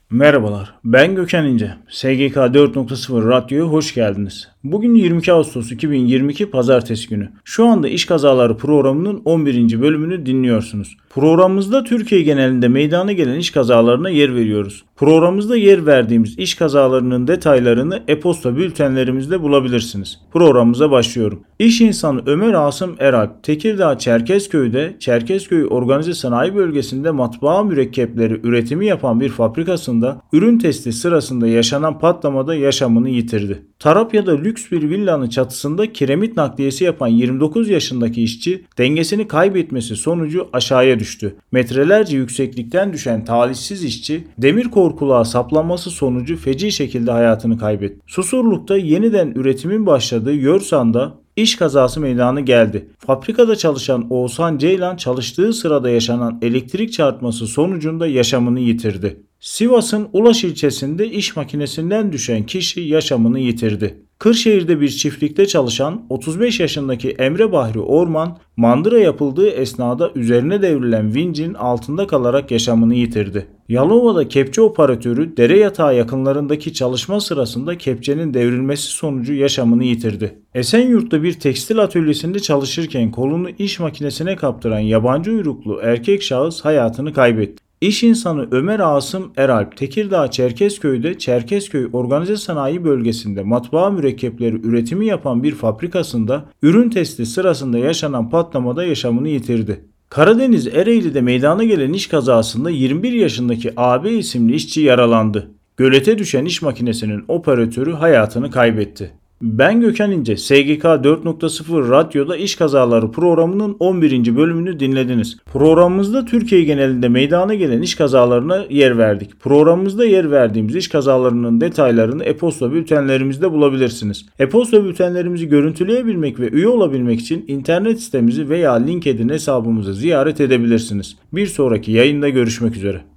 Merhabalar, ben Gökhan İnce. SGK 4.0 Radyo'ya hoş geldiniz. Bugün 22 Ağustos 2022 Pazartesi günü. Şu anda İş Kazaları programının 11. bölümünü dinliyorsunuz. Programımızda Türkiye genelinde meydana gelen iş kazalarına yer veriyoruz. Programımızda yer verdiğimiz iş kazalarının detaylarını e-posta bültenlerimizde bulabilirsiniz. Programımıza başlıyorum. İş insanı Ömer Asım Eralp, Tekirdağ Çerkezköy'de Çerkezköy Organize Sanayi Bölgesi'nde matbaa mürekkepleri üretimi yapan bir fabrikasında ürün testi sırasında yaşanan patlamada yaşamını yitirdi. Tarapya'da lüks bir villanın çatısında kiremit nakliyesi yapan 29 yaşındaki işçi dengesini kaybetmesi sonucu aşağıya düştü. Metrelerce yükseklikten düşen talihsiz işçi demir korkulağa saplanması sonucu feci şekilde hayatını kaybetti. Susurluk'ta yeniden üretimin başladığı Yörsan'da İş kazası meydana geldi. Fabrikada çalışan Oğuzhan Ceylan çalıştığı sırada yaşanan elektrik çarpması sonucunda yaşamını yitirdi. Sivas'ın Ulaş ilçesinde iş makinesinden düşen kişi yaşamını yitirdi. Kırşehir'de bir çiftlikte çalışan 35 yaşındaki Emre Bahri Orman, mandıra yapıldığı esnada üzerine devrilen vincin altında kalarak yaşamını yitirdi. Yalova'da kepçe operatörü dere yatağı yakınlarındaki çalışma sırasında kepçenin devrilmesi sonucu yaşamını yitirdi. Esenyurt'ta bir tekstil atölyesinde çalışırken kolunu iş makinesine kaptıran yabancı uyruklu erkek şahıs hayatını kaybetti. İş insanı Ömer Asım Eralp, Tekirdağ Çerkezköy'de Çerkezköy Organize Sanayi Bölgesi'nde matbaa mürekkepleri üretimi yapan bir fabrikasında ürün testi sırasında yaşanan patlamada yaşamını yitirdi. Karadeniz Ereğli'de meydana gelen iş kazasında 21 yaşındaki AB isimli işçi yaralandı. Gölete düşen iş makinesinin operatörü hayatını kaybetti. Ben Gökhan İnce, SGK 4.0 Radyo'da İş Kazaları programının 11. bölümünü dinlediniz. Programımızda Türkiye genelinde meydana gelen iş kazalarına yer verdik. Programımızda yer verdiğimiz iş kazalarının detaylarını e-posta bültenlerimizde bulabilirsiniz. E-posta bültenlerimizi görüntüleyebilmek ve üye olabilmek için internet sitemizi veya LinkedIn hesabımızı ziyaret edebilirsiniz. Bir sonraki yayında görüşmek üzere.